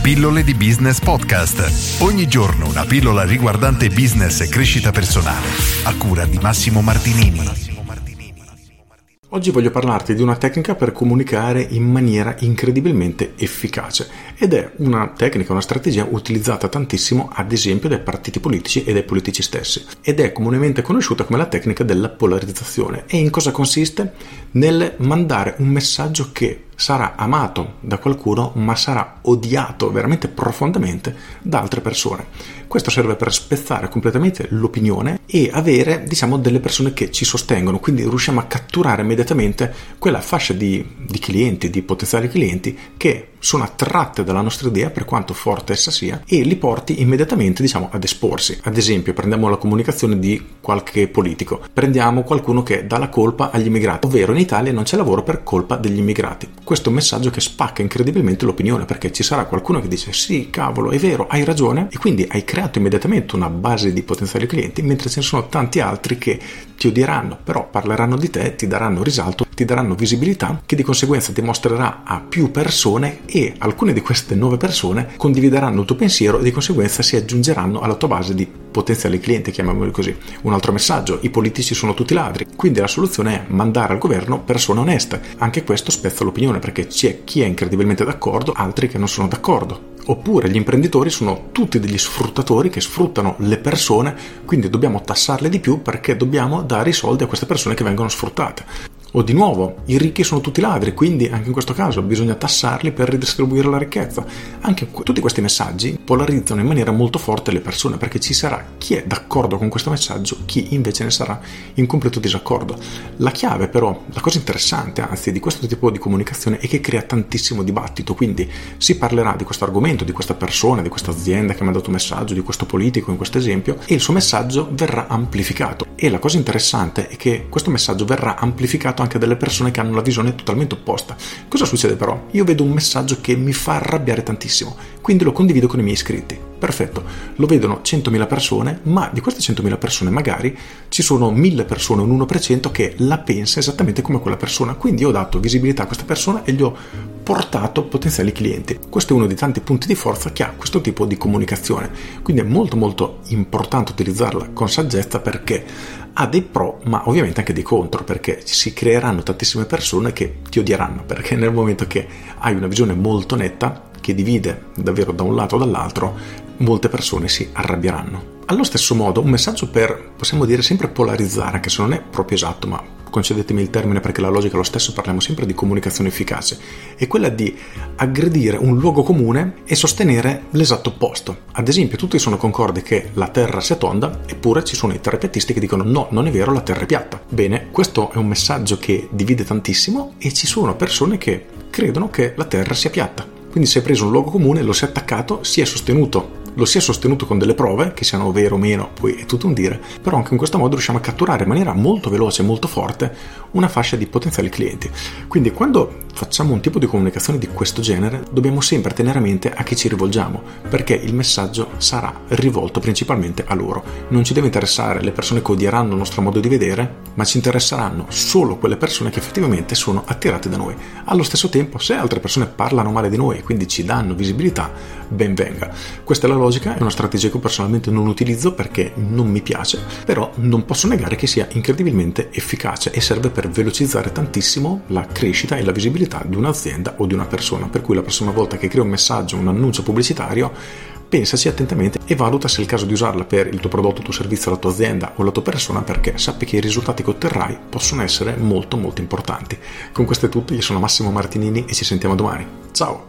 Pillole di Business Podcast. Ogni giorno una pillola riguardante business e crescita personale. A cura di Massimo Martinini. Oggi voglio parlarti di una tecnica per comunicare in maniera incredibilmente efficace ed è una tecnica, una strategia utilizzata tantissimo ad esempio dai partiti politici e dai politici stessi ed è comunemente conosciuta come la tecnica della polarizzazione. E in cosa consiste? Nel mandare un messaggio che sarà amato da qualcuno ma sarà odiato veramente profondamente da altre persone. Questo serve per spezzare completamente l'opinione e avere, delle persone che ci sostengono, quindi riusciamo a catturare immediatamente quella fascia di clienti, di potenziali clienti che sono attratte dalla nostra idea per quanto forte essa sia e li porti immediatamente ad esporsi. Ad esempio prendiamo la comunicazione di qualche politico, prendiamo qualcuno che dà la colpa agli immigrati, ovvero in Italia non c'è lavoro per colpa degli immigrati. Questo è un messaggio che spacca incredibilmente l'opinione, perché ci sarà qualcuno che dice sì, cavolo, è vero, hai ragione, e quindi hai creato immediatamente una base di potenziali clienti, mentre ce ne sono tanti altri che ti odieranno, però parleranno di te, ti daranno risalto, ti daranno visibilità, che di conseguenza ti mostrerà a più persone e alcune di queste nuove persone condivideranno il tuo pensiero e di conseguenza si aggiungeranno alla tua base di potenziali clienti, chiamiamoli così. Un altro messaggio: i politici sono tutti ladri, quindi la soluzione è mandare al governo persone oneste. Anche questo spezza l'opinione, perché c'è chi è incredibilmente d'accordo, altri che non sono d'accordo. Oppure gli imprenditori sono tutti degli sfruttatori che sfruttano le persone, quindi dobbiamo tassarle di più perché dobbiamo dare i soldi a queste persone che vengono sfruttate. O di nuovo, i ricchi sono tutti ladri, quindi anche in questo caso bisogna tassarli per ridistribuire la ricchezza. Anche tutti questi messaggi polarizzano in maniera molto forte le persone, perché ci sarà chi è d'accordo con questo messaggio, chi invece ne sarà in completo disaccordo. La chiave però, la cosa interessante anzi di questo tipo di comunicazione è che crea tantissimo dibattito, quindi si parlerà di questo argomento, di questa persona, di questa azienda che mi ha dato un messaggio, di questo politico in questo esempio, e il suo messaggio verrà amplificato. E la cosa interessante è che questo messaggio verrà amplificato anche dalle persone che hanno la visione totalmente opposta. Cosa succede però? Io vedo un messaggio che mi fa arrabbiare tantissimo, quindi lo condivido con i miei iscritti. Perfetto, lo vedono 100.000 persone, ma di queste 100.000 persone magari ci sono 1.000 persone, un 1% che la pensa esattamente come quella persona, quindi ho dato visibilità a questa persona e gli ho portato potenziali clienti. Questo è uno dei tanti punti di forza che ha questo tipo di comunicazione, quindi è molto molto importante utilizzarla con saggezza, perché ha dei pro ma ovviamente anche dei contro, perché si creeranno tantissime persone che ti odieranno, perché nel momento che hai una visione molto netta che divide davvero da un lato o dall'altro, molte persone si arrabbieranno. Allo stesso modo, un messaggio per, possiamo dire, sempre polarizzare, anche se non è proprio esatto, ma concedetemi il termine perché la logica è lo stesso, parliamo sempre di comunicazione efficace, è quella di aggredire un luogo comune e sostenere l'esatto opposto. Ad esempio, tutti sono concordi che la Terra sia tonda, eppure ci sono i terrapiattisti che dicono no, non è vero, la Terra è piatta. Bene, questo è un messaggio che divide tantissimo e ci sono persone che credono che la Terra sia piatta. Quindi si è preso un luogo comune, lo si è attaccato, lo si è sostenuto con delle prove, che siano vero o meno, poi è tutto un dire, però anche in questo modo riusciamo a catturare in maniera molto veloce e molto forte una fascia di potenziali clienti. Quindi quando facciamo un tipo di comunicazione di questo genere, dobbiamo sempre tenere a mente a chi ci rivolgiamo, perché il messaggio sarà rivolto principalmente a loro. Non ci deve interessare le persone che odieranno il nostro modo di vedere, ma ci interesseranno solo quelle persone che effettivamente sono attirate da noi. Allo stesso tempo, se altre persone parlano male di noi e quindi ci danno visibilità, ben venga. Questa è la logica, è una strategia che personalmente non utilizzo perché non mi piace, però non posso negare che sia incredibilmente efficace e serve per velocizzare tantissimo la crescita e la visibilità di un'azienda o di una persona, per cui la prossima volta che crei un messaggio, un annuncio pubblicitario, pensaci attentamente e valuta se è il caso di usarla per il tuo prodotto, il tuo servizio, la tua azienda o la tua persona, perché sappi che i risultati che otterrai possono essere molto molto importanti. Con questo è tutto, io sono Massimo Martinini e ci sentiamo domani. Ciao!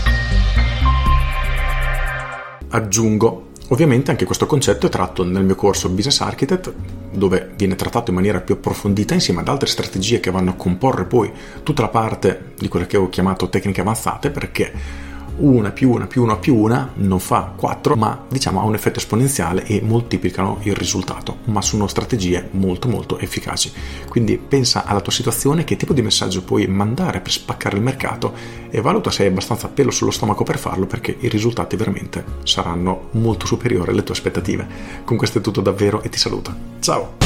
Aggiungo, ovviamente anche questo concetto è tratto nel mio corso Business Architect, dove viene trattato in maniera più approfondita insieme ad altre strategie che vanno a comporre poi tutta la parte di quelle che ho chiamato tecniche avanzate, perché una più una non fa 4, ma ha un effetto esponenziale e moltiplicano il risultato, ma sono strategie molto molto efficaci. Quindi pensa alla tua situazione, che tipo di messaggio puoi mandare per spaccare il mercato e valuta se hai abbastanza pelo sullo stomaco per farlo, perché i risultati veramente saranno molto superiori alle tue aspettative. Con questo è tutto davvero e ti saluto. Ciao!